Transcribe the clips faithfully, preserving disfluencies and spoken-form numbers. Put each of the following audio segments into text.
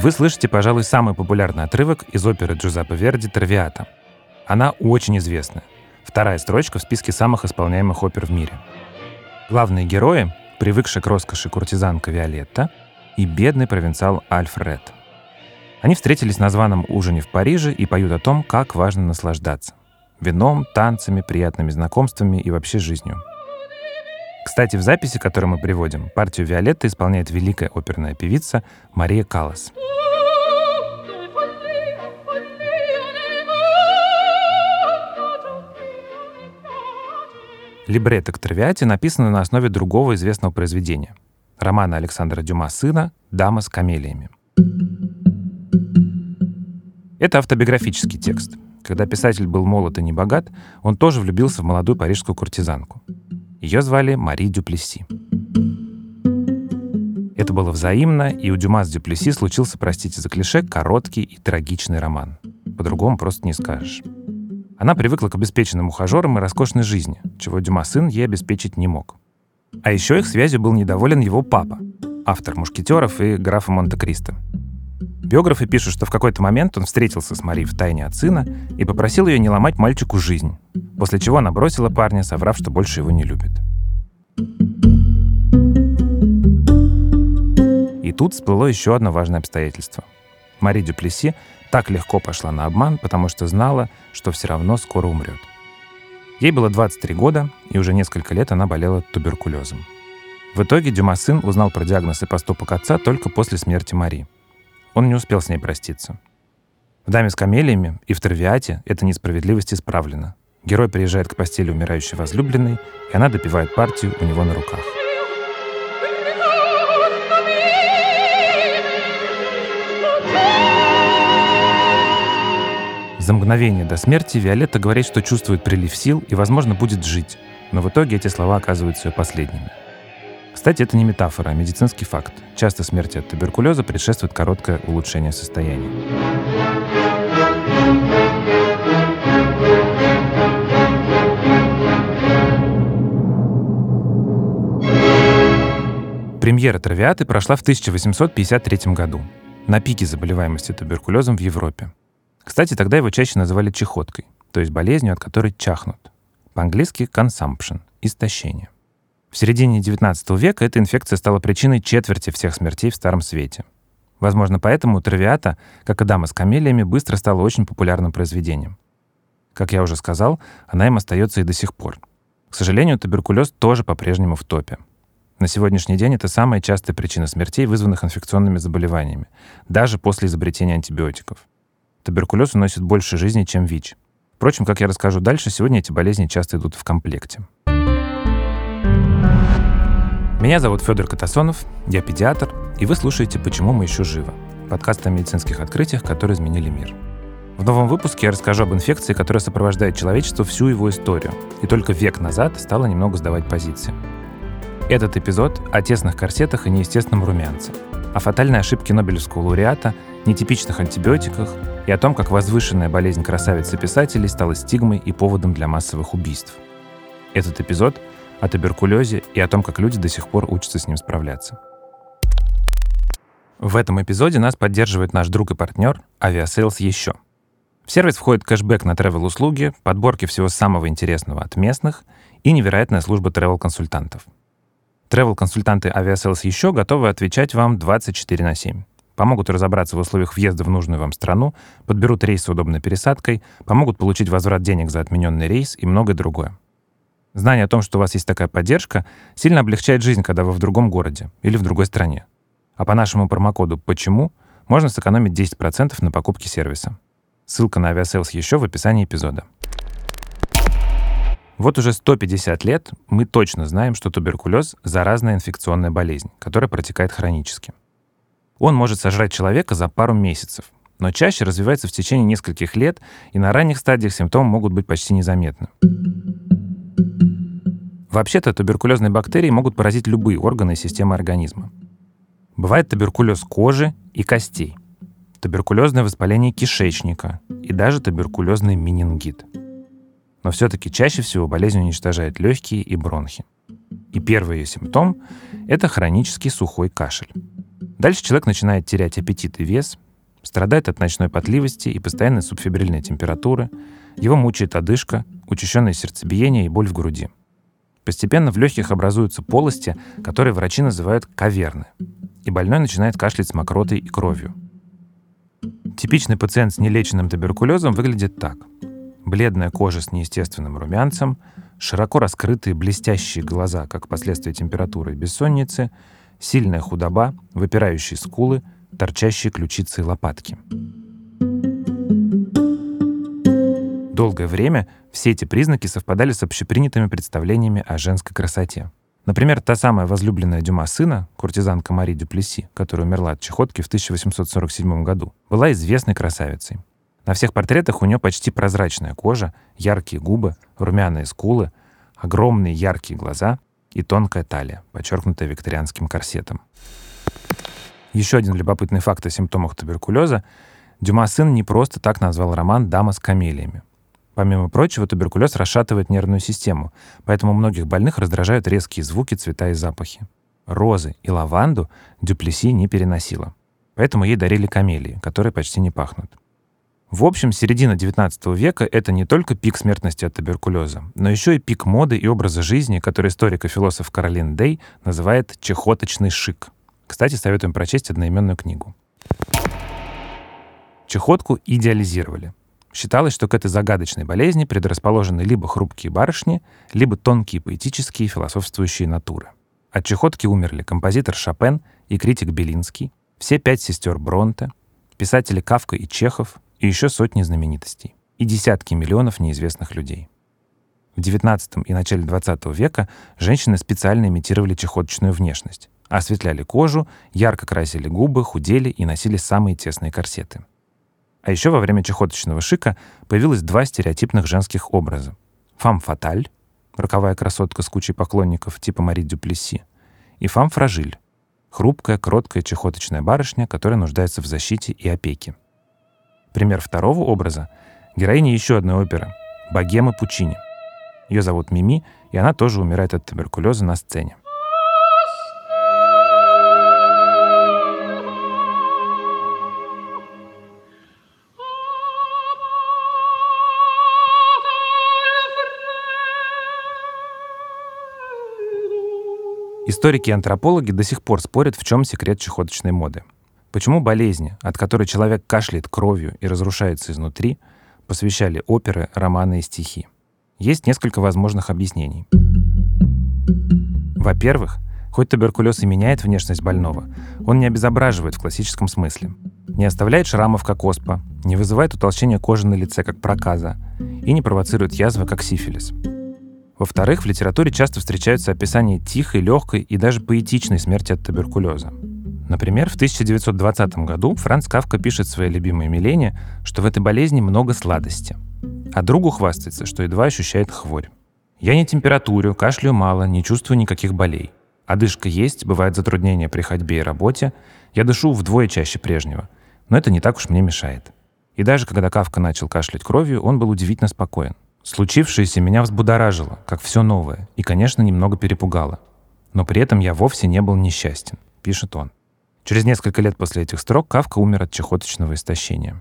Вы слышите, пожалуй, самый популярный отрывок из оперы Джузеппе Верди «Травиата». Она очень известна. Вторая строчка в списке самых исполняемых опер в мире. Главные герои — привыкшая к роскоши куртизанка Виолетта и бедный провинциал Альфред. Они встретились на званом ужине в Париже и поют о том, как важно наслаждаться вином, танцами, приятными знакомствами и вообще жизнью. Кстати, в записи, которую мы приводим, партию Виолетты исполняет великая оперная певица Мария Каллас. Либретто к «Травиате» написано на основе другого известного произведения — романа Александра Дюма «Сына. Дама с камелиями». Это автобиографический текст. Когда писатель был молод и небогат, он тоже влюбился в молодую парижскую куртизанку. Ее звали Мари Дюплесси. Это было взаимно, и у Дюма с Дюплесси случился, простите за клише, короткий и трагичный роман. По-другому просто не скажешь. Она привыкла к обеспеченным ухажерам и роскошной жизни, чего Дюма сын ей обеспечить не мог. А еще их связью был недоволен его папа, автор «Мушкетеров» и «Графа Монте-Кристо». Биографы пишут, что в какой-то момент он встретился с Мари втайне от сына и попросил ее не ломать мальчику жизнь, после чего она бросила парня, соврав, что больше его не любит. И тут всплыло еще одно важное обстоятельство. Мари Дюплесси так легко пошла на обман, потому что знала, что все равно скоро умрет. Ей было двадцать три года, и уже несколько лет она болела туберкулезом. В итоге Дюма сын узнал про диагноз и поступок отца только после смерти Мари. Он не успел с ней проститься. В «Даме с камелиями» и в «Травиате» эта несправедливость исправлена. Герой приезжает к постели умирающей возлюбленной, и она допевает партию у него на руках. За мгновение до смерти Виолетта говорит, что чувствует прилив сил и, возможно, будет жить, но в итоге эти слова оказываются ее последними. Кстати, это не метафора, а медицинский факт. Часто смерти от туберкулеза предшествует короткое улучшение состояния. Премьера «Травиаты» прошла в тысяча восемьсот пятьдесят третьем году, на пике заболеваемости туберкулезом в Европе. Кстати, тогда его чаще называли чехоткой, то есть болезнью, от которой чахнут. По-английски «consumption» — истощение. В середине девятнадцатого века эта инфекция стала причиной четверти всех смертей в Старом Свете. Возможно, поэтому «Травиата», как и «Дама с камелиями», быстро стала очень популярным произведением. Как я уже сказал, она им остается и до сих пор. К сожалению, туберкулез тоже по-прежнему в топе. На сегодняшний день это самая частая причина смертей, вызванных инфекционными заболеваниями, даже после изобретения антибиотиков. Туберкулез уносит больше жизни, чем ВИЧ. Впрочем, как я расскажу дальше, сегодня эти болезни часто идут в комплекте. Меня зовут Федор Катасонов, я педиатр, и вы слушаете «Почему мы еще живы?» — подкаст о медицинских открытиях, которые изменили мир. В новом выпуске я расскажу об инфекции, которая сопровождает человечество всю его историю, и только век назад стала немного сдавать позиции. Этот эпизод о тесных корсетах и неестественном румянце, о фатальной ошибке Нобелевского лауреата, нетипичных антибиотиках и о том, как возвышенная болезнь красавиц-писателей стала стигмой и поводом для массовых убийств. Этот эпизод о туберкулезе и о том, как люди до сих пор учатся с ним справляться. В этом эпизоде нас поддерживает наш друг и партнер Aviasales Еще. В сервис входит кэшбэк на travel-услуги, подборки всего самого интересного от местных и невероятная служба travel-консультантов. Travel-консультанты Aviasales Еще готовы отвечать вам двадцать четыре на семь. Помогут разобраться в условиях въезда в нужную вам страну, подберут рейс с удобной пересадкой, помогут получить возврат денег за отмененный рейс и многое другое. Знание о том, что у вас есть такая поддержка, сильно облегчает жизнь, когда вы в другом городе или в другой стране. А по нашему промокоду «Почему» можно сэкономить десять процентов на покупке сервиса. Ссылка на Aviasales Еще в описании эпизода. Вот уже сто пятьдесят лет мы точно знаем, что туберкулез — заразная инфекционная болезнь, которая протекает хронически. Он может сожрать человека за пару месяцев, но чаще развивается в течение нескольких лет, и на ранних стадиях симптомы могут быть почти незаметны. Вообще-то туберкулезные бактерии могут поразить любые органы и системы организма. Бывает туберкулез кожи и костей, туберкулезное воспаление кишечника и даже туберкулезный менингит. Но все-таки чаще всего болезнь уничтожает легкие и бронхи. И первый ее симптом — это хронический сухой кашель. Дальше человек начинает терять аппетит и вес, страдает от ночной потливости и постоянной субфебрильной температуры, его мучает одышка, учащенное сердцебиение и боль в груди. Постепенно в легких образуются полости, которые врачи называют каверны, и больной начинает кашлять с мокротой и кровью. Типичный пациент с нелеченным туберкулезом выглядит так. Бледная кожа с неестественным румянцем, широко раскрытые блестящие глаза, как последствия температуры и бессонницы, сильная худоба, выпирающие скулы, торчащие ключицы и лопатки. Долгое время все эти признаки совпадали с общепринятыми представлениями о женской красоте. Например, та самая возлюбленная Дюма сына, куртизанка Мари Дюплесси, которая умерла от чехотки в тысяча восемьсот сорок седьмом году, была известной красавицей. На всех портретах у нее почти прозрачная кожа, яркие губы, румяные скулы, огромные яркие глаза и тонкая талия, подчеркнутая викторианским корсетом. Еще один любопытный факт о симптомах туберкулеза. Дюма сын не просто так назвал роман «Дама с камелиями». Помимо прочего, туберкулез расшатывает нервную систему, поэтому многих больных раздражают резкие звуки, цвета и запахи. Розы и лаванду Дюплесси не переносила, поэтому ей дарили камелии, которые почти не пахнут. В общем, середина девятнадцатого века — это не только пик смертности от туберкулеза, но еще и пик моды и образа жизни, который историк и философ Каролин Дей называет «чехоточный шик». Кстати, советуем прочесть одноименную книгу. Чехотку идеализировали. Считалось, что к этой загадочной болезни предрасположены либо хрупкие барышни, либо тонкие поэтические философствующие натуры. От чехотки умерли композитор Шопен и критик Белинский, все пять сестер Бронте, писатели Кафка и Чехов и еще сотни знаменитостей, и десятки миллионов неизвестных людей. В девятнадцатом и начале двадцатого века женщины специально имитировали чехоточную внешность, осветляли кожу, ярко красили губы, худели и носили самые тесные корсеты. А еще во время чехоточного шика появилось два стереотипных женских образа. Фам-фаталь, роковая красотка с кучей поклонников типа Мари Дюплесси, и фам-фражиль, хрупкая, кроткая чехоточная барышня, которая нуждается в защите и опеке. Пример второго образа — героиня еще одной оперы — «Богема Пуччини». Ее зовут Мими, и она тоже умирает от туберкулеза на сцене. Историки и антропологи до сих пор спорят, в чем секрет чехоточной моды. Почему болезни, от которой человек кашляет кровью и разрушается изнутри, посвящали оперы, романы и стихи? Есть несколько возможных объяснений. Во-первых, хоть туберкулез и меняет внешность больного, он не обезображивает в классическом смысле, не оставляет шрамов, как оспа, не вызывает утолщения кожи на лице, как проказа, и не провоцирует язвы, как сифилис. Во-вторых, в литературе часто встречаются описания тихой, легкой и даже поэтичной смерти от туберкулеза. Например, в тысяча девятьсот двадцатом году Франц Кафка пишет своей любимой Милене, что в этой болезни много сладости, а другу хвастается, что едва ощущает хворь. «Я не температурю, кашляю мало, не чувствую никаких болей. Одышка есть, бывает затруднения при ходьбе и работе. Я дышу вдвое чаще прежнего, но это не так уж мне мешает». И даже когда Кафка начал кашлять кровью, он был удивительно спокоен. «Случившееся меня взбудоражило, как все новое, и, конечно, немного перепугало. Но при этом я вовсе не был несчастен», — пишет он. Через несколько лет после этих строк Кафка умер от чехоточного истощения.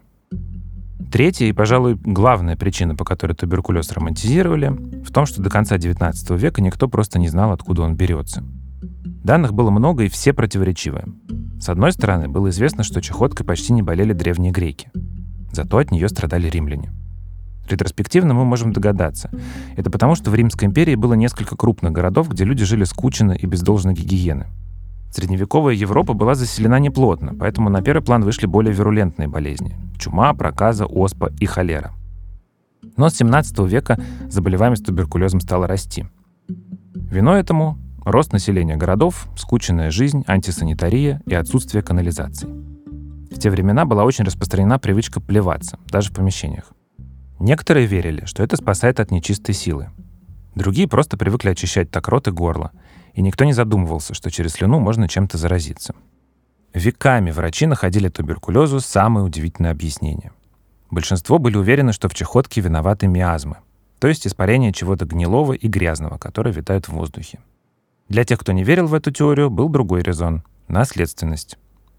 Третья и, пожалуй, главная причина, по которой туберкулез романтизировали, в том, что до конца девятнадцатого века никто просто не знал, откуда он берется. Данных было много и все противоречивые. С одной стороны, было известно, что чехоткой почти не болели древние греки. Зато от нее страдали римляне. Ретроспективно мы можем догадаться. Это потому, что в Римской империи было несколько крупных городов, где люди жили скучно и без должной гигиены. Средневековая Европа была заселена неплотно, поэтому на первый план вышли более вирулентные болезни – чума, проказа, оспа и холера. Но с семнадцатого века заболеваемость туберкулезом стала расти. Виной этому – рост населения городов, скученная жизнь, антисанитария и отсутствие канализации. В те времена была очень распространена привычка плеваться, даже в помещениях. Некоторые верили, что это спасает от нечистой силы. Другие просто привыкли очищать так рот и горло, и никто не задумывался, что через слюну можно чем-то заразиться. Веками врачи находили туберкулезу самые удивительные объяснения. Большинство были уверены, что в чехотке виноваты миазмы, то есть испарение чего-то гнилого и грязного, которое витает в воздухе. Для тех, кто не верил в эту теорию, был другой резон — наследственность.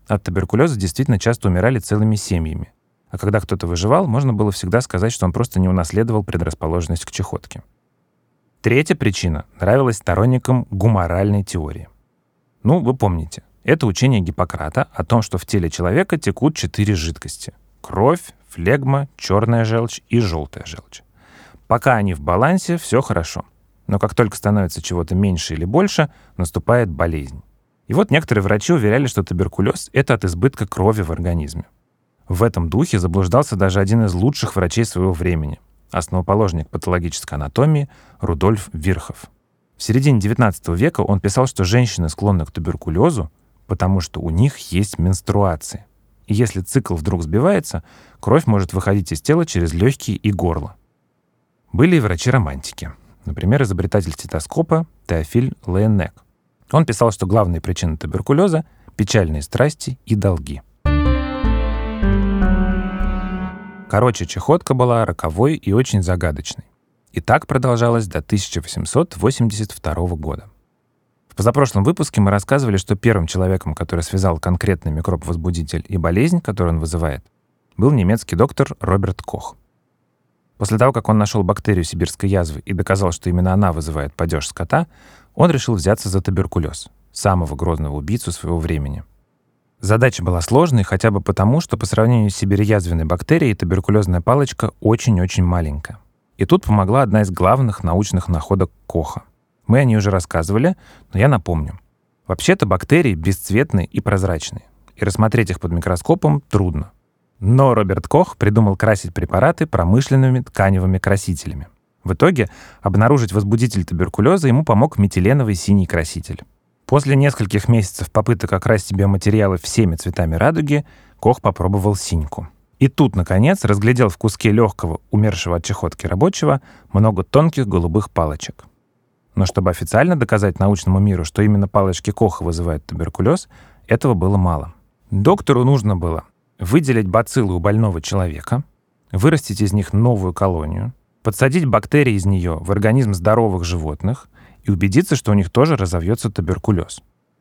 От туберкулеза действительно часто умирали целыми семьями. А когда кто-то выживал, можно было всегда сказать, что он просто не унаследовал предрасположенность к чехотке. Третья причина нравилась сторонникам гуморальной теории. Ну, вы помните, это учение Гиппократа о том, что в теле человека текут четыре жидкости — кровь, флегма, черная желчь и желтая желчь. Пока они в балансе, все хорошо. Но как только становится чего-то меньше или больше, наступает болезнь. И вот некоторые врачи уверяли, что туберкулез — это от избытка крови в организме. В этом духе заблуждался даже один из лучших врачей своего времени, основоположник патологической анатомии Рудольф Вирхов. В середине девятнадцатого века он писал, что женщины склонны к туберкулезу, потому что у них есть менструации. И если цикл вдруг сбивается, кровь может выходить из тела через легкие и горло. Были и врачи-романтики. Например, изобретатель стетоскопа Теофиль Лейенек. Он писал, что главные причины туберкулеза — печальные страсти и долги. Короче, чехотка была роковой и очень загадочной. И так продолжалось до тысяча восемьсот восемьдесят второго года. В позапрошлом выпуске мы рассказывали, что первым человеком, который связал конкретный микроб-возбудитель и болезнь, которую он вызывает, был немецкий доктор Роберт Кох. После того, как он нашел бактерию сибирской язвы и доказал, что именно она вызывает падеж скота, он решил взяться за туберкулез, самого грозного убийцу своего времени. Задача была сложной хотя бы потому, что по сравнению с сибироязвенной бактерией туберкулезная палочка очень-очень маленькая. И тут помогла одна из главных научных находок Коха. Мы о ней уже рассказывали, но я напомню. Вообще-то бактерии бесцветные и прозрачные, и рассмотреть их под микроскопом трудно. Но Роберт Кох придумал красить препараты промышленными тканевыми красителями. В итоге обнаружить возбудитель туберкулеза ему помог метиленовый синий краситель. После нескольких месяцев попыток окрасить биоматериалы всеми цветами радуги, Кох попробовал синьку. И тут, наконец, разглядел в куске легкого, умершего от чехотки рабочего, много тонких голубых палочек. Но чтобы официально доказать научному миру, что именно палочки Коха вызывают туберкулез, этого было мало. Доктору нужно было выделить бациллы у больного человека, вырастить из них новую колонию, подсадить бактерии из нее в организм здоровых животных и убедиться, что у них тоже разовьется туберкулез.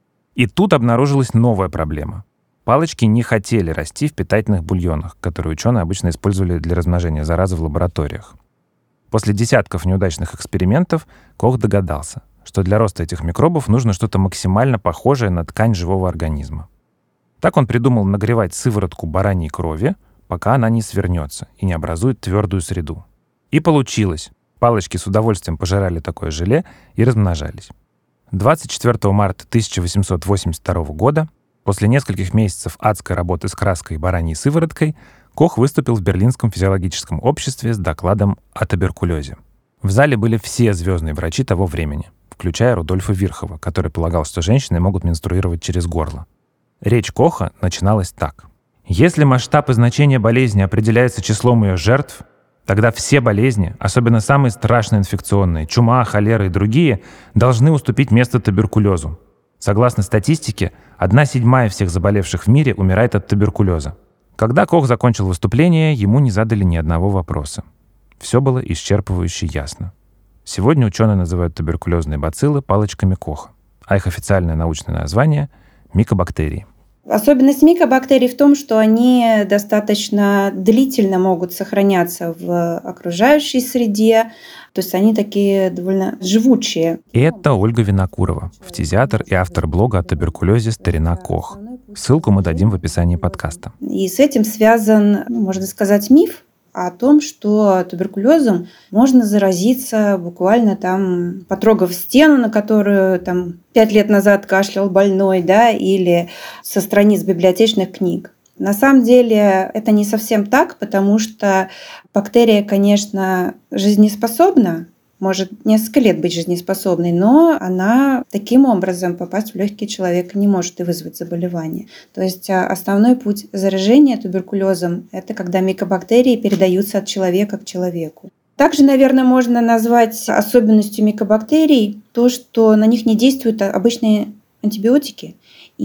И тут обнаружилась новая проблема. Палочки не хотели расти в питательных бульонах, которые ученые обычно использовали для размножения заразы в лабораториях. После десятков неудачных экспериментов Кох догадался, что для роста этих микробов нужно что-то максимально похожее на ткань живого организма. Так он придумал нагревать сыворотку бараньей крови, пока она не свернется и не образует твердую среду. И получилось. Палочки с удовольствием пожирали такое желе и размножались. двадцать четвёртого марта тысяча восемьсот восемьдесят второго года, после нескольких месяцев адской работы с краской и бараньей сывороткой, Кох выступил в Берлинском физиологическом обществе с докладом о туберкулезе. В зале были все звездные врачи того времени, включая Рудольфа Вирхова, который полагал, что женщины могут менструировать через горло. Речь Коха начиналась так. Если масштаб и значение болезни определяется числом ее жертв, тогда все болезни, особенно самые страшные инфекционные, чума, холера и другие, должны уступить место туберкулезу. Согласно статистике, одна седьмая всех заболевших в мире умирает от туберкулеза. Когда Кох закончил выступление, ему не задали ни одного вопроса. Все было исчерпывающе ясно. Сегодня ученые называют туберкулезные бациллы палочками Коха, а их официальное научное название — микобактерии. Особенность микобактерий в том, что они достаточно длительно могут сохраняться в окружающей среде, то есть они такие довольно живучие. Это Ольга Винокурова, фтизиатр и автор блога о туберкулезе «Старина Кох». Ссылку мы дадим в описании подкаста. И с этим связан, можно сказать, миф о том, что туберкулезом можно заразиться буквально там, потрогав стену, на которую там пять лет назад кашлял больной, да, или со страниц библиотечных книг. На самом деле это не совсем так, потому что бактерия, конечно, жизнеспособна, может несколько лет быть жизнеспособной, но она таким образом попасть в легкие человека не может и вызвать заболевание. То есть основной путь заражения туберкулезом – это когда микобактерии передаются от человека к человеку. Также, наверное, можно назвать особенностью микобактерий то, что на них не действуют обычные антибиотики.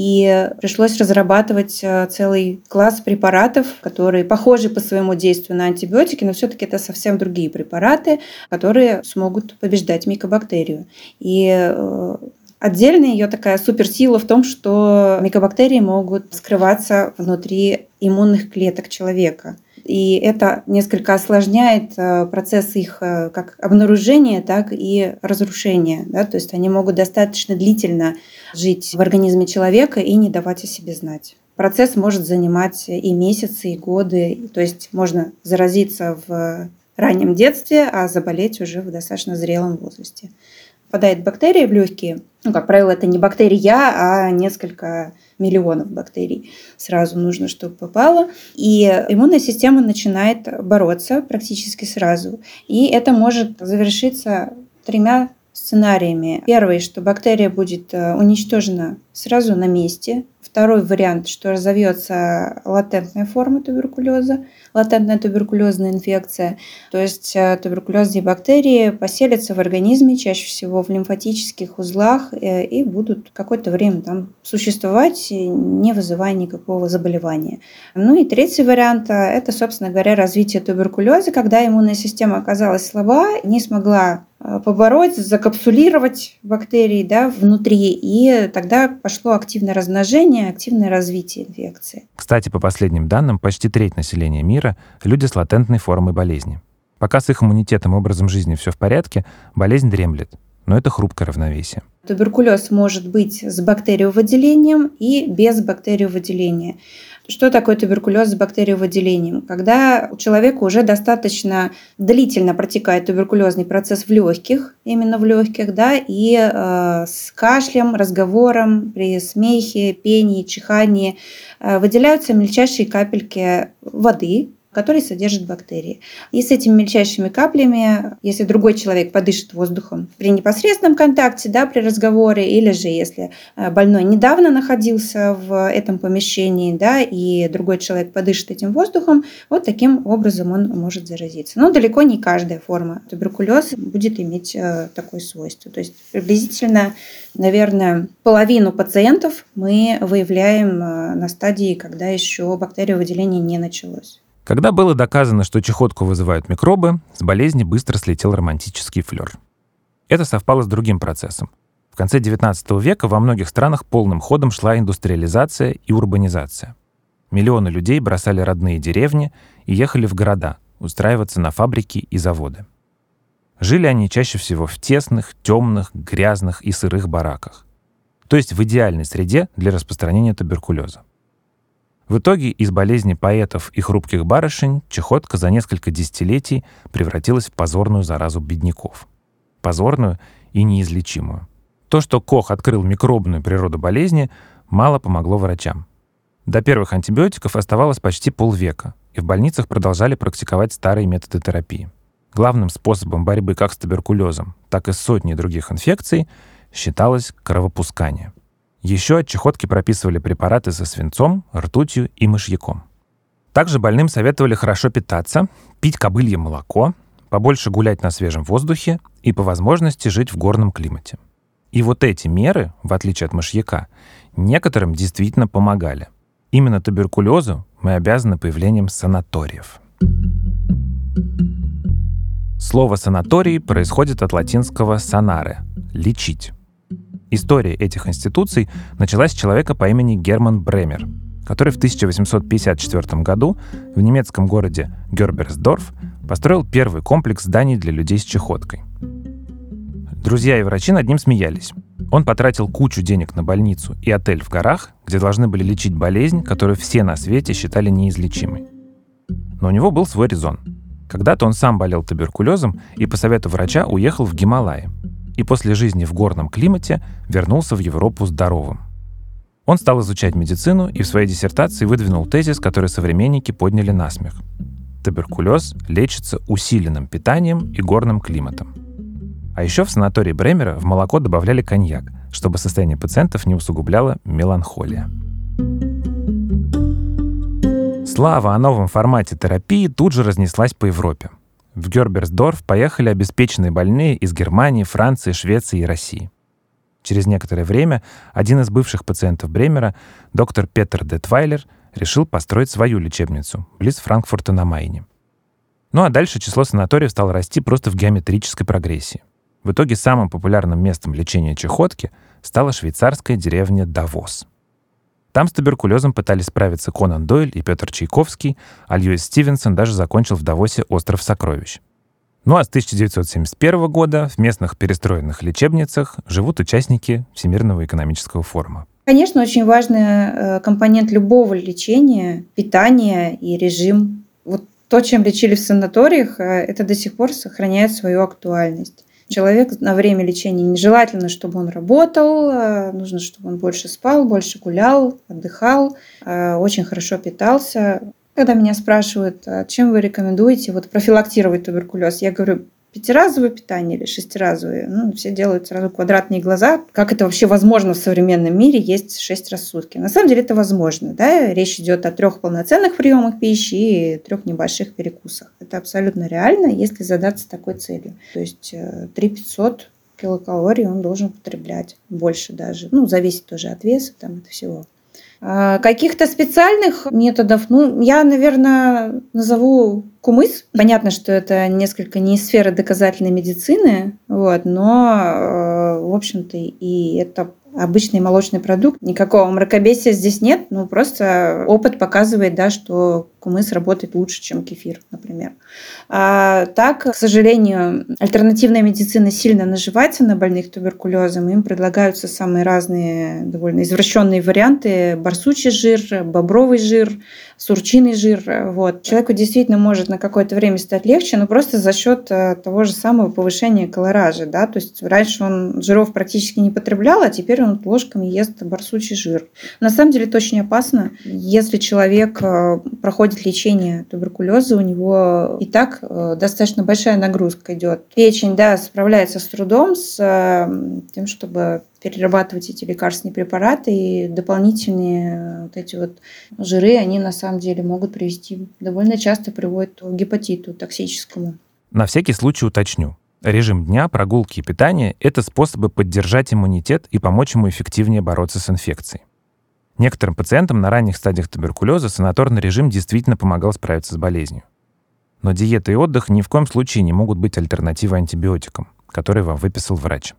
И пришлось разрабатывать целый класс препаратов, которые похожи по своему действию на антибиотики, но все-таки это совсем другие препараты, которые смогут побеждать микобактерию. И Отдельная ее такая суперсила в том, что микобактерии могут скрываться внутри иммунных клеток человека. И это несколько осложняет процесс их как обнаружения, так и разрушения. Да? То есть они могут достаточно длительно жить в организме человека и не давать о себе знать. Процесс может занимать и месяцы, и годы. То есть можно заразиться в раннем детстве, а заболеть уже в достаточно зрелом возрасте. Попадает бактерия в легкие. Ну, как правило, это не бактерия, а несколько миллионов бактерий. Сразу нужно, чтобы попало. И иммунная система начинает бороться практически сразу. И это может завершиться тремя сценариями. Первый, что бактерия будет уничтожена сразу на месте. Второй вариант, что разовьется латентная форма туберкулеза, латентная туберкулезная инфекция. То есть туберкулезные бактерии поселятся в организме, чаще всего в лимфатических узлах, и будут какое-то время там существовать, не вызывая никакого заболевания. Ну и третий вариант – это, собственно говоря, развитие туберкулеза, когда иммунная система оказалась слаба, не смогла побороть, закапсулировать бактерии, да, внутри, и тогда пошло активное размножение, активное развитие инфекции. Кстати, по последним данным, почти треть населения мира – люди с латентной формой болезни. Пока с их иммунитетом и образом жизни все в порядке, болезнь дремлет, но это хрупкое равновесие. Туберкулез может быть с бактериовыделением и без бактериовыделения. Что такое туберкулез с бактериовыделением? Когда у человека уже достаточно длительно протекает туберкулезный процесс в легких, именно в легких, да, и э, с кашлем, разговором, при смехе, пении, чихании э, выделяются мельчайшие капельки воды, которые содержат бактерии. И с этими мельчайшими каплями, если другой человек подышит воздухом при непосредственном контакте, да, при разговоре, или же если больной недавно находился в этом помещении, да, и другой человек подышит этим воздухом, вот таким образом он может заразиться. Но далеко не каждая форма туберкулеза будет иметь такое свойство. То есть приблизительно, наверное, половину пациентов мы выявляем на стадии, когда еще бактериовыделение не началось. Когда было доказано, что чехотку вызывают микробы, с болезни быстро слетел романтический флёр. Это совпало с другим процессом. В конце девятнадцатого века во многих странах полным ходом шла индустриализация и урбанизация. Миллионы людей бросали родные деревни и ехали в города, устраиваться на фабрики и заводы. Жили они чаще всего в тесных, темных, грязных и сырых бараках. То есть в идеальной среде для распространения туберкулеза. В итоге из болезни поэтов и хрупких барышень чехотка за несколько десятилетий превратилась в позорную заразу бедняков. Позорную и неизлечимую. То, что Кох открыл микробную природу болезни, мало помогло врачам. До первых антибиотиков оставалось почти полвека, и в больницах продолжали практиковать старые методы терапии. Главным способом борьбы как с туберкулезом, так и с сотней других инфекций считалось кровопускание. Еще от чехотки прописывали препараты со свинцом, ртутью и мышьяком. Также больным советовали хорошо питаться, пить кобылье молоко, побольше гулять на свежем воздухе и по возможности жить в горном климате. И вот эти меры, в отличие от мышьяка, некоторым действительно помогали. Именно туберкулезу мы обязаны появлением санаториев. Слово «санаторий» происходит от латинского «sanare» — «лечить». История этих институций началась с человека по имени Герман Бремер, который в тысяча восемьсот пятьдесят четвёртом году в немецком городе Герберсдорф построил первый комплекс зданий для людей с чехоткой. Друзья и врачи над ним смеялись. Он потратил кучу денег на больницу и отель в горах, где должны были лечить болезнь, которую все на свете считали неизлечимой. Но у него был свой резон. Когда-то он сам болел туберкулезом и по совету врача уехал в Гималаи. И после жизни в горном климате вернулся в Европу здоровым. Он стал изучать медицину и в своей диссертации выдвинул тезис, который современники подняли на смех. Туберкулез лечится усиленным питанием и горным климатом. А еще в санатории Бремера в молоко добавляли коньяк, чтобы состояние пациентов не усугубляло меланхолия. Слава о новом формате терапии тут же разнеслась по Европе. В Герберсдорф поехали обеспеченные больные из Германии, Франции, Швеции и России. Через некоторое время один из бывших пациентов Бремера, доктор Петер Детвайлер, решил построить свою лечебницу близ Франкфурта на Майне. Ну а дальше число санаториев стало расти просто в геометрической прогрессии. В итоге самым популярным местом лечения чехотки стала швейцарская деревня Давос. Там с туберкулезом пытались справиться Конан Дойль и Петр Чайковский, а Льюис Стивенсон даже закончил в Давосе «Остров сокровищ». Ну а с тысяча девятьсот семьдесят первого года в местных перестроенных лечебницах живут участники Всемирного экономического форума. Конечно, очень важный компонент любого лечения – питание и режим. Вот то, чем лечили в санаториях, это до сих пор сохраняет свою актуальность. Человек на время лечения нежелательно, чтобы он работал, нужно, чтобы он больше спал, больше гулял, отдыхал, очень хорошо питался. Когда меня спрашивают, чем вы рекомендуете вот, профилактировать туберкулез, я говорю, пятиразовое питание или шестиразовое. Ну, все делают сразу квадратные глаза. Как это вообще возможно в современном мире есть шесть раз в сутки? На самом деле это возможно. Да? Речь идет о трех полноценных приемах пищи и трех небольших перекусах. Это абсолютно реально, если задаться такой целью. То есть три тысячи пятьсот килокалорий он должен потреблять. Больше даже. Ну, зависит тоже от веса там, от всего. Каких-то специальных методов, ну, я, наверное, назову кумыс. Понятно, что это несколько не из сферы доказательной медицины, вот, но, в общем-то, и это обычный молочный продукт. Никакого мракобесия здесь нет, ну, просто опыт показывает, да, что кумыс работает лучше, чем кефир, например. А так, к сожалению, альтернативная медицина сильно наживается на больных туберкулезом. Им предлагаются самые разные, довольно извращенные варианты. Барсучий жир, бобровый жир, сурчиный жир. Вот. Человеку действительно может на какое-то время стать легче, но просто за счет того же самого повышения колоража. Да? То есть раньше он жиров практически не потреблял, а теперь он ложками ест барсучий жир. На самом деле это очень опасно. Если человек проходит лечение туберкулеза, у него и так достаточно большая нагрузка идет. Печень, да, справляется с трудом, с тем, чтобы перерабатывать эти лекарственные препараты, и дополнительные вот эти вот жиры, они на самом деле могут привести, довольно часто приводят к гепатиту токсическому. На всякий случай уточню. Режим дня, прогулки и питание — это способы поддержать иммунитет и помочь ему эффективнее бороться с инфекцией. Некоторым пациентам на ранних стадиях туберкулеза санаторный режим действительно помогал справиться с болезнью. Но диета и отдых ни в коем случае не могут быть альтернативой антибиотикам, которые вам выписал врач.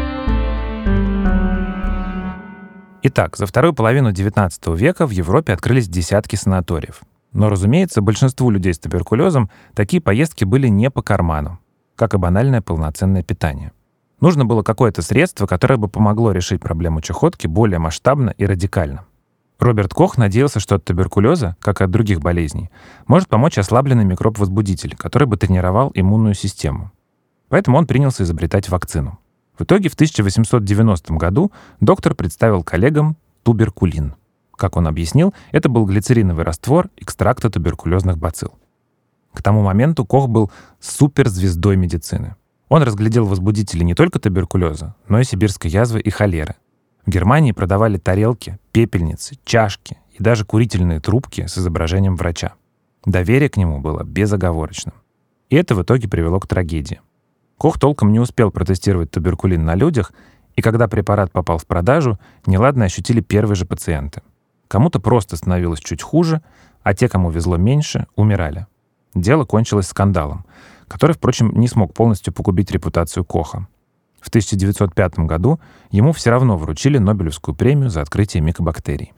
Итак, за вторую половину девятнадцатого века в Европе открылись десятки санаториев. Но, разумеется, большинству людей с туберкулезом такие поездки были не по карману, как и банальное полноценное питание. Нужно было какое-то средство, которое бы помогло решить проблему чахотки более масштабно и радикально. Роберт Кох надеялся, что от туберкулеза, как и от других болезней, может помочь ослабленный микроб-возбудитель, который бы тренировал иммунную систему. Поэтому он принялся изобретать вакцину. В итоге в тысяча восемьсот девяностом году доктор представил коллегам туберкулин. Как он объяснил, это был глицериновый раствор экстракта туберкулезных бацилл. К тому моменту Кох был суперзвездой медицины. Он разглядел возбудители не только туберкулеза, но и сибирской язвы и холеры. В Германии продавали тарелки, пепельницы, чашки и даже курительные трубки с изображением врача. Доверие к нему было безоговорочным. И это в итоге привело к трагедии. Кох толком не успел протестировать туберкулин на людях, и когда препарат попал в продажу, неладно ощутили первые же пациенты. Кому-то просто становилось чуть хуже, а те, кому везло меньше, умирали. Дело кончилось скандалом, который, впрочем, не смог полностью погубить репутацию Коха. В тысяча девятьсот пятом году ему все равно вручили Нобелевскую премию за открытие микобактерий.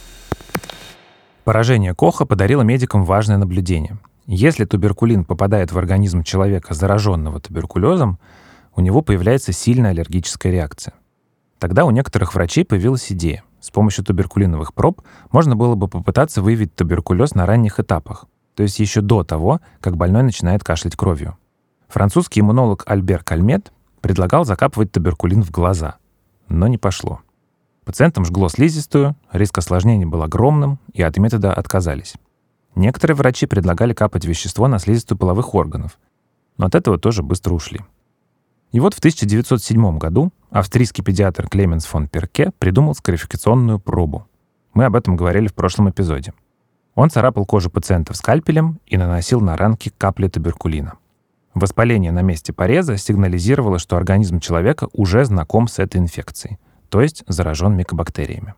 Поражение Коха подарило медикам важное наблюдение. Если туберкулин попадает в организм человека, зараженного туберкулезом, у него появляется сильная аллергическая реакция. Тогда у некоторых врачей появилась идея. С помощью туберкулиновых проб можно было бы попытаться выявить туберкулез на ранних этапах, то есть еще до того, как больной начинает кашлять кровью. Французский иммунолог Альбер Кальмет предлагал закапывать туберкулин в глаза, но не пошло. Пациентам жгло слизистую, риск осложнений был огромным, и от метода отказались. Некоторые врачи предлагали капать вещество на слизистую половых органов, но от этого тоже быстро ушли. И вот в тысяча девятьсот седьмом году австрийский педиатр Клеменс фон Перке придумал скарификационную пробу. Мы об этом говорили в прошлом эпизоде. Он царапал кожу пациентов скальпелем и наносил на ранки капли туберкулина. Воспаление на месте пореза сигнализировало, что организм человека уже знаком с этой инфекцией, то есть заражен микобактериями.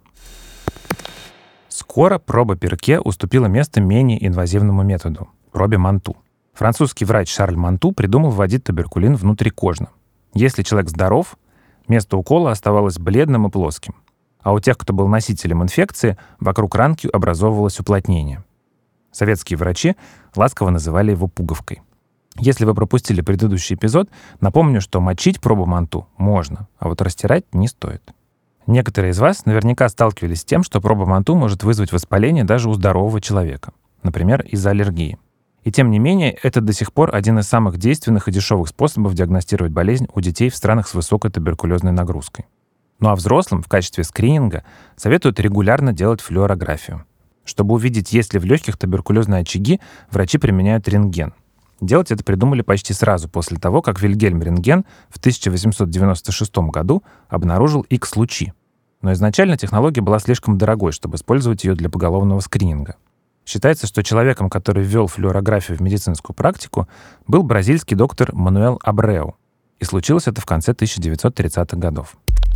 Скоро проба Перке уступила место менее инвазивному методу – пробе Манту. Французский врач Шарль Манту придумал вводить туберкулин внутрикожно. Если человек здоров, Место укола оставалось бледным и плоским. А у тех, кто был носителем инфекции, вокруг ранки образовывалось уплотнение. Советские врачи ласково называли его пуговкой. Если вы пропустили предыдущий эпизод, напомню, что мочить пробоманту можно, а вот растирать не стоит. Некоторые из вас наверняка сталкивались с тем, что пробоманту может вызвать воспаление даже у здорового человека, например, из-за аллергии. И тем не менее, это до сих пор один из самых действенных и дешевых способов диагностировать болезнь у детей в странах с высокой туберкулезной нагрузкой. Ну а взрослым в качестве скрининга советуют регулярно делать флюорографию. Чтобы увидеть, есть ли в легких туберкулезные очаги, врачи применяют рентген. Делать это придумали почти сразу после того, как Вильгельм Рентген в тысяча восемьсот девяносто шестом году обнаружил Икс-лучи. Но изначально технология была слишком дорогой, чтобы использовать ее для поголовного скрининга. Считается, что человеком, который ввел флюорографию в медицинскую практику, был бразильский доктор Мануэл Абреу. И случилось это в конце тысяча девятьсот тридцатых годов.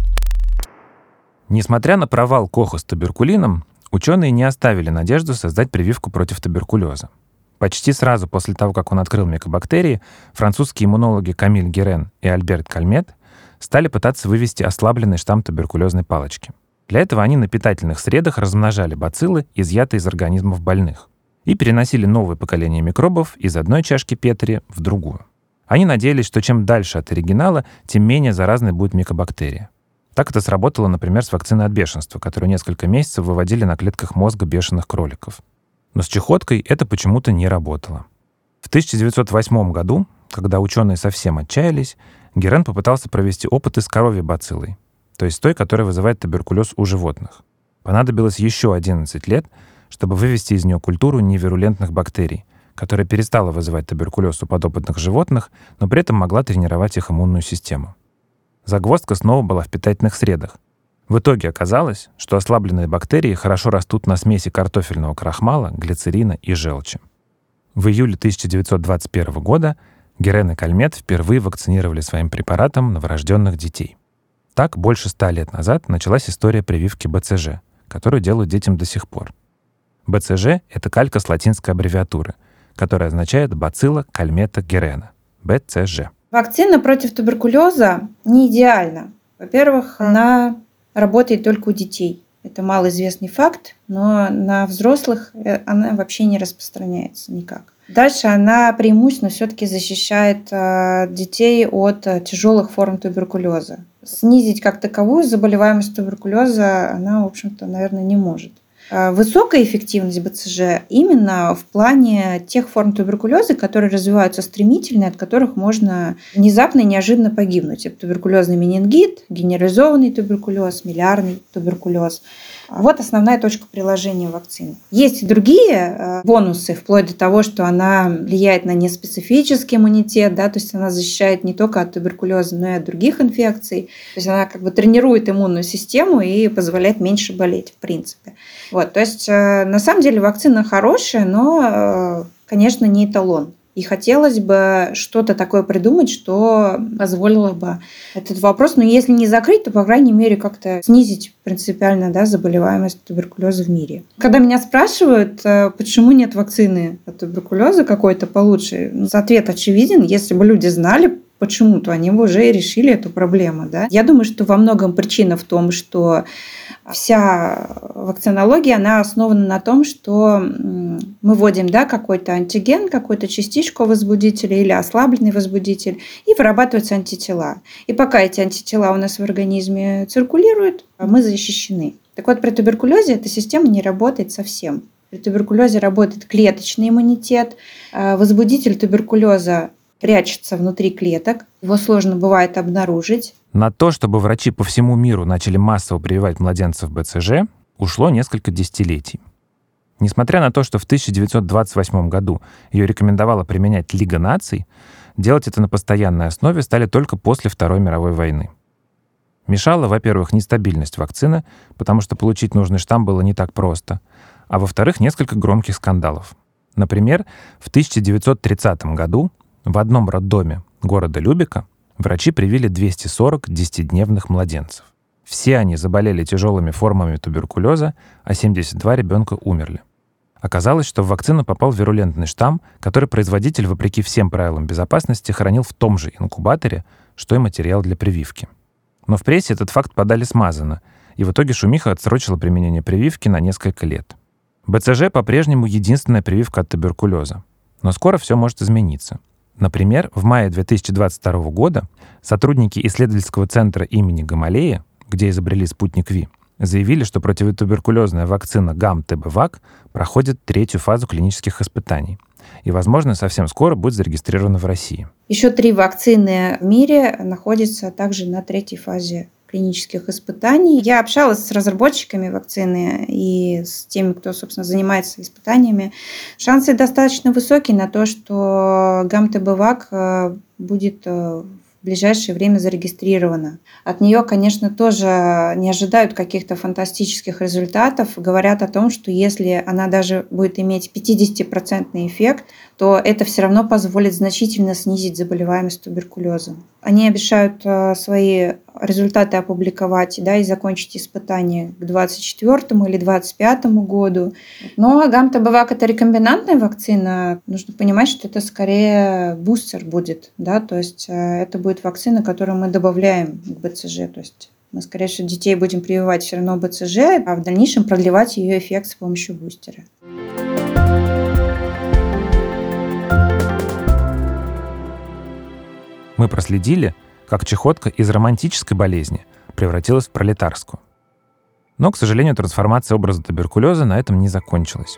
Несмотря на провал Коха с туберкулином, ученые не оставили надежду создать прививку против туберкулеза. Почти сразу после того, как он открыл микобактерии, французские иммунологи Камиль Герен и Альберт Кальмет стали пытаться вывести ослабленный штамм туберкулезной палочки. Для этого они на питательных средах размножали бациллы, изъятые из организмов больных, и переносили новое поколение микробов из одной чашки Петри в другую. Они надеялись, что чем дальше от оригинала, тем менее заразной будет микобактерия. Так это сработало, например, с вакциной от бешенства, которую несколько месяцев выводили на клетках мозга бешеных кроликов. Но с чехоткой это почему-то не работало. В тысяча девятьсот восьмом году, когда ученые совсем отчаялись, Герен попытался провести опыты с коровьей бациллой, то есть той, которая вызывает туберкулез у животных. Понадобилось еще одиннадцать лет, чтобы вывести из нее культуру невирулентных бактерий, которая перестала вызывать туберкулез у подопытных животных, но при этом могла тренировать их иммунную систему. Загвоздка снова была в питательных средах. В итоге оказалось, что ослабленные бактерии хорошо растут на смеси картофельного крахмала, глицерина и желчи. В июле тысяча девятьсот двадцать первого года Герен и Кальмет впервые вакцинировали своим препаратом новорожденных детей. Так, больше ста лет назад началась история прививки бэ цэ жэ, которую делают детям до сих пор. бэ цэ жэ — это калька с латинской аббревиатуры, которая означает «бацилла кальмета герена» — бэ цэ жэ. Вакцина против туберкулеза не идеальна. Во-первых, она работает только у детей. Это малоизвестный факт, но на взрослых она вообще не распространяется никак. Дальше она преимущественно все-таки защищает детей от тяжелых форм туберкулеза. Снизить как таковую заболеваемость туберкулеза она, в общем-то, наверное, не может. Высокая эффективность бэ цэ жэ именно в плане тех форм туберкулеза, которые развиваются стремительно, от которых можно внезапно и неожиданно погибнуть. Это туберкулезный менингит, генерализованный туберкулез, милиарный туберкулез. Вот основная точка приложения вакцины. Есть и другие бонусы, вплоть до того, что она влияет на неспецифический иммунитет, да, то есть она защищает не только от туберкулеза, но и от других инфекций. То есть она как бы тренирует иммунную систему и позволяет меньше болеть, в принципе. Вот, то есть на самом деле вакцина хорошая, но, конечно, не эталон. И хотелось бы что-то такое придумать, что позволило бы этот вопрос, но если не закрыть, то, по крайней мере, как-то снизить принципиально, да, заболеваемость туберкулеза в мире. Когда меня спрашивают, почему нет вакцины от туберкулеза какой-то получше, ответ очевиден. Если бы люди знали, почему, то они бы уже и решили эту проблему. Да? Я думаю, что во многом причина в том, что вся вакцинология, она основана на том, что мы вводим, да, какой-то антиген, какую-то частичку возбудителя или ослабленный возбудитель, и вырабатываются антитела. И пока эти антитела у нас в организме циркулируют, мы защищены. Так вот, при туберкулезе эта система не работает совсем. При туберкулезе работает клеточный иммунитет. Возбудитель туберкулеза прячется внутри клеток, его сложно бывает обнаружить. На то, чтобы врачи по всему миру начали массово прививать младенцев бэ цэ жэ, ушло несколько десятилетий. Несмотря на то, что в тысяча девятьсот двадцать восьмом году ее рекомендовала применять Лига наций, делать это на постоянной основе стали только после Второй мировой войны. Мешала, во-первых, нестабильность вакцины, потому что получить нужный штамм было не так просто, а во-вторых, несколько громких скандалов. Например, в тысяча девятьсот тридцатом году в одном роддоме города Любека врачи привили двести сорок десятидневных младенцев. Все они заболели тяжелыми формами туберкулеза, а семьдесят два ребенка умерли. Оказалось, что в вакцину попал вирулентный штамм, который производитель, вопреки всем правилам безопасности, хранил в том же инкубаторе, что и материал для прививки. Но в прессе этот факт подали смазанно, и в итоге шумиха отсрочила применение прививки на несколько лет. БЦЖ по-прежнему единственная прививка от туберкулеза. Но скоро все может измениться. Например, в мае две тысячи двадцать второго года сотрудники исследовательского центра имени Гамалеи, где изобрели спутник Ви, заявили, что противотуберкулезная вакцина Гам-ТБ-ВАК проходит третью фазу клинических испытаний и, возможно, совсем скоро будет зарегистрирована в России. Еще три вакцины в мире находятся также на третьей фазе клинических испытаний. Я общалась с разработчиками вакцины и с теми, кто, собственно, занимается испытаниями. Шансы достаточно высокие на то, что Гам-ТБ-ВАК будет в ближайшее время зарегистрирована. От нее, конечно, тоже не ожидают каких-то фантастических результатов. Говорят о том, что если она даже будет иметь пятидесятипроцентный эффект, то это все равно позволит значительно снизить заболеваемость туберкулезом. Они обещают свои результаты опубликовать, да, и закончить испытания к двадцать четвёртому или двадцать пятому году. Но Гам-ТБ-ВАК – это рекомбинантная вакцина. Нужно понимать, что это скорее бустер будет. Да? То есть это будет вакцина, которую мы добавляем к БЦЖ. То есть мы, скорее всего, детей будем прививать все равно БЦЖ, а в дальнейшем продлевать ее эффект с помощью бустера. Мы проследили, как чехотка из романтической болезни превратилась в пролетарскую. Но, к сожалению, трансформация образа туберкулеза на этом не закончилась.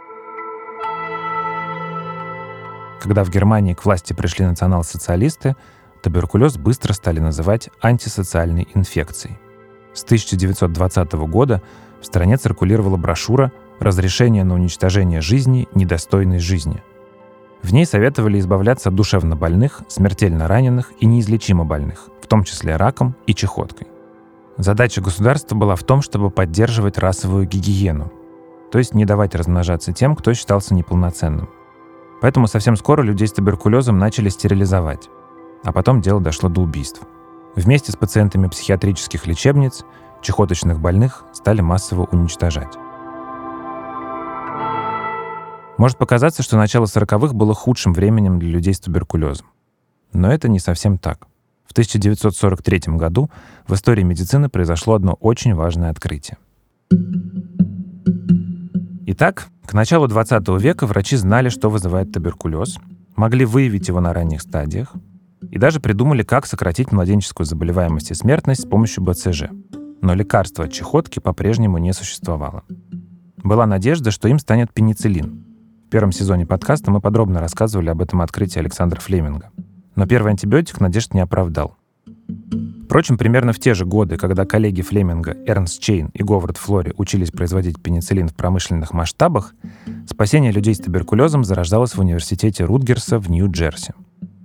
Когда в Германии к власти пришли национал-социалисты, туберкулез быстро стали называть антисоциальной инфекцией. С тысяча девятьсот двадцатого года в стране циркулировала брошюра «Разрешение на уничтожение жизни, недостойной жизни». В ней советовали избавляться от душевнобольных, смертельно раненых и неизлечимо больных, в том числе раком и чехоткой. Задача государства была в том, чтобы поддерживать расовую гигиену, то есть не давать размножаться тем, кто считался неполноценным. Поэтому совсем скоро людей с туберкулезом начали стерилизовать, а потом дело дошло до убийств. Вместе с пациентами психиатрических лечебниц чехоточных больных стали массово уничтожать. Может показаться, что начало сороковых было худшим временем для людей с туберкулезом. Но это не совсем так. В тысяча девятьсот сорок третьем году в истории медицины произошло одно очень важное открытие. Итак, к началу двадцатого века врачи знали, что вызывает туберкулез, могли выявить его на ранних стадиях и даже придумали, как сократить младенческую заболеваемость и смертность с помощью БЦЖ. Но лекарства от чехотки по-прежнему не существовало. Была надежда, что им станет пенициллин. В первом сезоне подкаста мы подробно рассказывали об этом открытии Александра Флеминга. Но первый антибиотик надежд не оправдал. Впрочем, примерно в те же годы, когда коллеги Флеминга Эрнст Чейн и Говард Флори учились производить пенициллин в промышленных масштабах, спасение людей с туберкулезом зарождалось в университете Рутгерса в Нью-Джерси.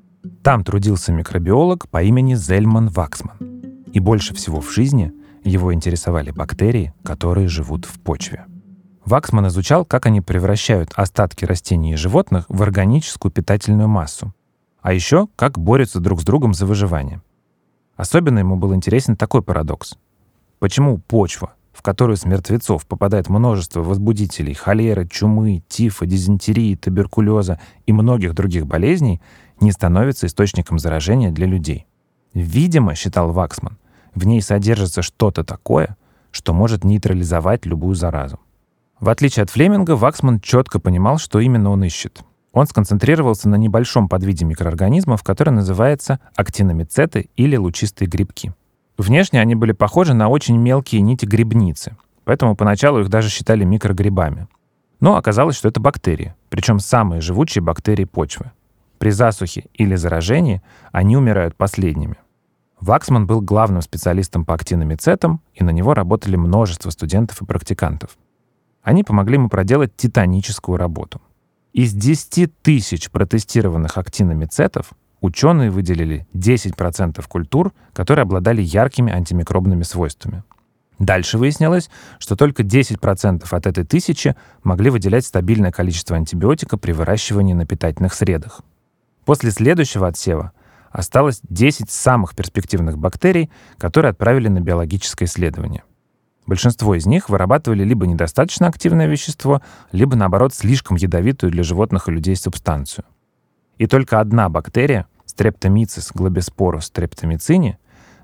Там трудился микробиолог по имени Зельман Ваксман. И больше всего в жизни его интересовали бактерии, которые живут в почве. Ваксман изучал, как они превращают остатки растений и животных в органическую питательную массу, а еще как борются друг с другом за выживание. Особенно ему был интересен такой парадокс. Почему почва, в которую с мертвецов попадает множество возбудителей холеры, чумы, тифа, дизентерии, туберкулеза и многих других болезней, не становится источником заражения для людей? Видимо, считал Ваксман, в ней содержится что-то такое, что может нейтрализовать любую заразу. В отличие от Флеминга, Ваксман четко понимал, что именно он ищет. Он сконцентрировался на небольшом подвиде микроорганизмов, который называется актиномицеты или лучистые грибки. Внешне они были похожи на очень мелкие нити-грибницы, поэтому поначалу их даже считали микрогрибами. Но оказалось, что это бактерии, причем самые живучие бактерии почвы. При засухе или заражении они умирают последними. Ваксман был главным специалистом по актиномицетам, и на него работали множество студентов и практикантов. Они помогли ему проделать титаническую работу. Из десяти тысяч протестированных актиномицетов ученые выделили десять процентов культур, которые обладали яркими антимикробными свойствами. Дальше выяснилось, что только десять процентов от этой тысячи могли выделять стабильное количество антибиотика при выращивании на питательных средах. После следующего отсева осталось десять самых перспективных бактерий, которые отправили на биологическое исследование. Большинство из них вырабатывали либо недостаточно активное вещество, либо, наоборот, слишком ядовитую для животных и людей субстанцию. И только одна бактерия, Streptomyces globespорus streptomycini,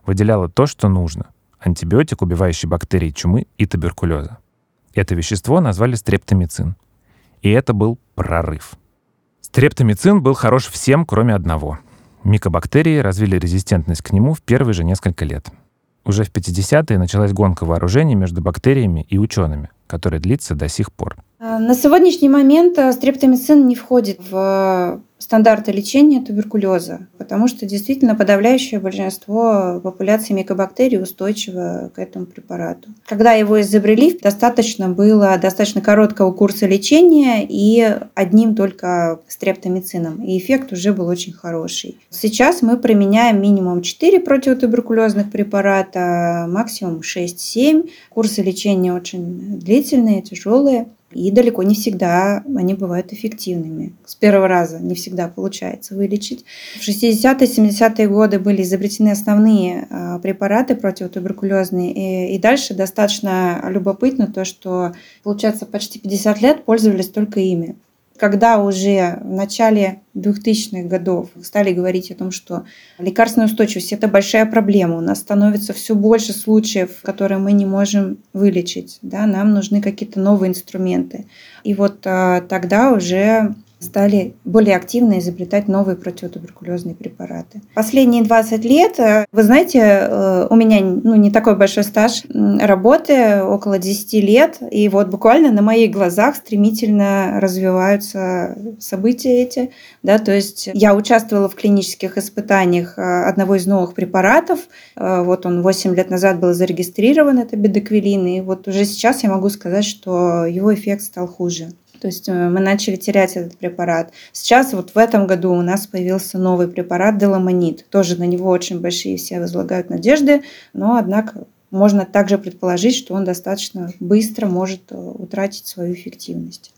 выделяла то, что нужно – антибиотик, убивающий бактерии чумы и туберкулеза. Это вещество назвали стрептомицин. И это был прорыв. Стрептомицин был хорош всем, кроме одного. Микобактерии развили резистентность к нему в первые же несколько лет. Уже в пятидесятые началась гонка вооружений между бактериями и учеными, которая длится до сих пор. На сегодняшний момент стрептомицин не входит в стандарты лечения туберкулеза, потому что действительно подавляющее большинство популяции микобактерий устойчиво к этому препарату. Когда его изобрели, достаточно было достаточно короткого курса лечения и одним только стрептомицином, и эффект уже был очень хороший. Сейчас мы применяем минимум четыре противотуберкулезных препарата, максимум шесть-семь. Курсы лечения очень длительные, тяжелые. И далеко не всегда они бывают эффективными. С первого раза не всегда получается вылечить. В шестидесятые-семидесятые годы были изобретены основные препараты противотуберкулезные. И, и дальше достаточно любопытно то, что, получается, почти пятьдесят лет пользовались только ими. Когда уже в начале двухтысячных годов стали говорить о том, что лекарственная устойчивость – это большая проблема, у нас становится все больше случаев, которые мы не можем вылечить, да, нам нужны какие-то новые инструменты. И вот а, тогда уже стали более активно изобретать новые противотуберкулезные препараты. Последние двадцать лет, вы знаете, у меня ну, не такой большой стаж работы, около десять лет, и вот буквально на моих глазах стремительно развиваются события эти. Да, то есть я участвовала в клинических испытаниях одного из новых препаратов. Вот он восемь лет назад был зарегистрирован, это бедоквилин, и вот уже сейчас я могу сказать, что его эффект стал хуже. То есть мы начали терять этот препарат. Сейчас вот в этом году у нас появился новый препарат деламонид. Тоже на него очень большие все возлагают надежды, но однако можно также предположить, что он достаточно быстро может утратить свою эффективность.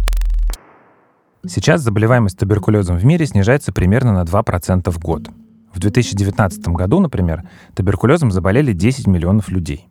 Сейчас заболеваемость туберкулезом в мире снижается примерно на два процента в год. В две тысячи девятнадцатом году, например, туберкулезом заболели десять миллионов людей.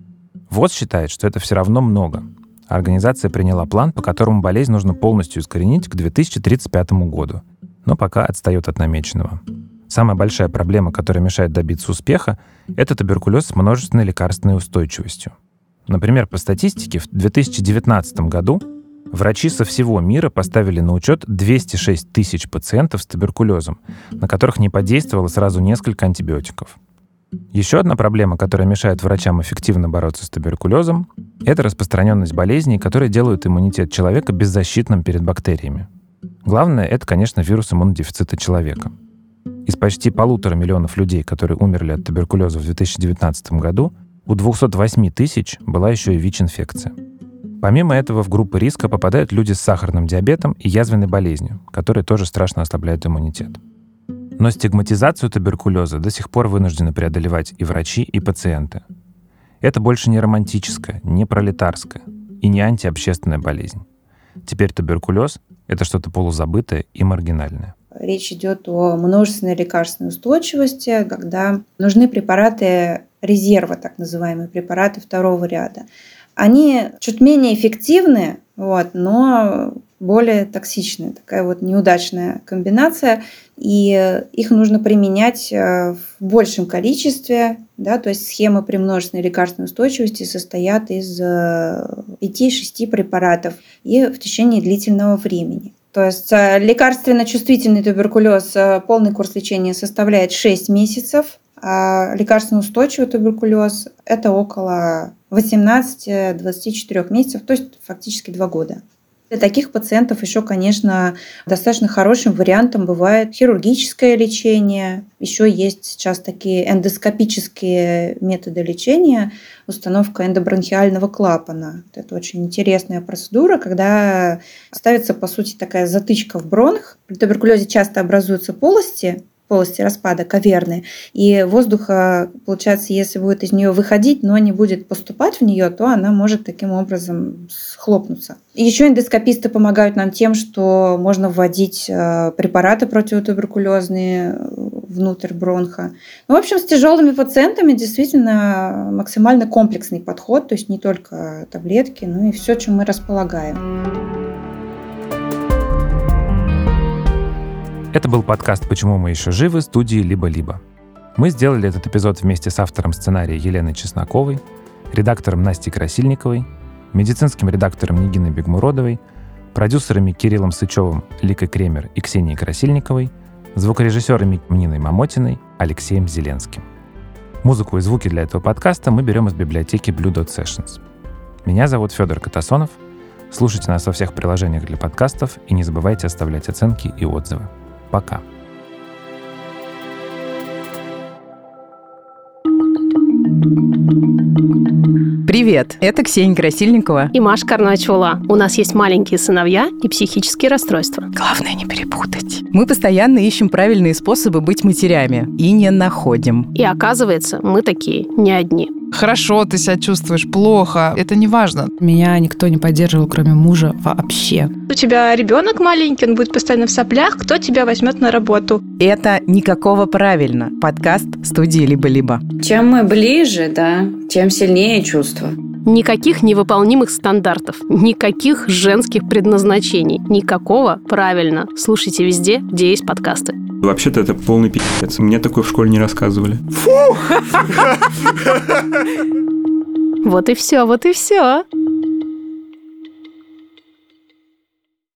ВОЗ считает, что это все равно много. Организация приняла план, по которому болезнь нужно полностью искоренить к две тысячи тридцать пятому году, но пока отстает от намеченного. Самая большая проблема, которая мешает добиться успеха, это туберкулез с множественной лекарственной устойчивостью. Например, по статистике, в две тысячи девятнадцатом году врачи со всего мира поставили на учет двести шесть тысяч пациентов с туберкулезом, на которых не подействовало сразу несколько антибиотиков. Еще одна проблема, которая мешает врачам эффективно бороться с туберкулезом, это распространенность болезней, которые делают иммунитет человека беззащитным перед бактериями. Главное — это, конечно, вирус иммунодефицита человека. Из почти полутора миллионов людей, которые умерли от туберкулеза в две тысячи девятнадцатом году, у двухсот восьми тысяч была еще и ВИЧ-инфекция. Помимо этого, в группы риска попадают люди с сахарным диабетом и язвенной болезнью, которые тоже страшно ослабляют иммунитет. Но стигматизацию туберкулеза до сих пор вынуждены преодолевать и врачи, и пациенты. Это больше не романтическая, не пролетарская и не антиобщественная болезнь. Теперь туберкулез — это что-то полузабытое и маргинальное. Речь идет о множественной лекарственной устойчивости, когда нужны препараты резерва, так называемые препараты второго ряда. Они чуть менее эффективны, вот, но более токсичная, такая вот неудачная комбинация, и их нужно применять в большем количестве, да, то есть схемы при множественной лекарственной устойчивости состоят из пяти-шести препаратов и в течение длительного времени. То есть лекарственно-чувствительный туберкулез, полный курс лечения составляет шесть месяцев, а лекарственно-устойчивый туберкулез – это около восемнадцати-двадцати четырёх месяцев, то есть фактически два года. Для таких пациентов еще, конечно, достаточно хорошим вариантом бывает хирургическое лечение. Еще есть сейчас такие эндоскопические методы лечения, установка эндобронхиального клапана. Это очень интересная процедура, когда ставится, по сути, такая затычка в бронх. При туберкулезе часто образуются полости, полости распада, каверны, и воздуха, получается, если будет из нее выходить, но не будет поступать в нее, то она может таким образом схлопнуться. И еще эндоскописты помогают нам тем, что можно вводить препараты противотуберкулезные внутрь бронха. Ну, в общем, с тяжелыми пациентами действительно максимально комплексный подход, то есть не только таблетки, но и все, чем мы располагаем. Это был подкаст «Почему мы еще живы» студии «Либо-либо». Мы сделали этот эпизод вместе с автором сценария Еленой Чесноковой, редактором Настей Красильниковой, медицинским редактором Нигиной Бегмуродовой, продюсерами Кириллом Сычевым, Ликой Кремер и Ксенией Красильниковой, звукорежиссерами Ниной Мамотиной, Алексеем Зеленским. Музыку и звуки для этого подкаста мы берем из библиотеки Blue Dot Sessions. Меня зовут Федор Катасонов. Слушайте нас во всех приложениях для подкастов и не забывайте оставлять оценки и отзывы. Пока. Привет, это Ксения Красильникова и Маша Карначула. У нас есть маленькие сыновья и психические расстройства. Главное не перепутать. Мы постоянно ищем правильные способы быть матерями и не находим. И оказывается, мы такие не одни. Хорошо ты себя чувствуешь, плохо, это не важно. Меня никто не поддерживал, кроме мужа, вообще. У тебя ребенок маленький, он будет постоянно в соплях, кто тебя возьмет на работу? Это никакого правильно. Подкаст студии «Либо-либо». Чем мы ближе, да, тем сильнее чувства. Никаких невыполнимых стандартов, никаких женских предназначений, никакого правильно. Слушайте везде, где есть подкасты. Вообще-то это полный пи***ц. Мне такое в школе не рассказывали. Вот и все, вот и все.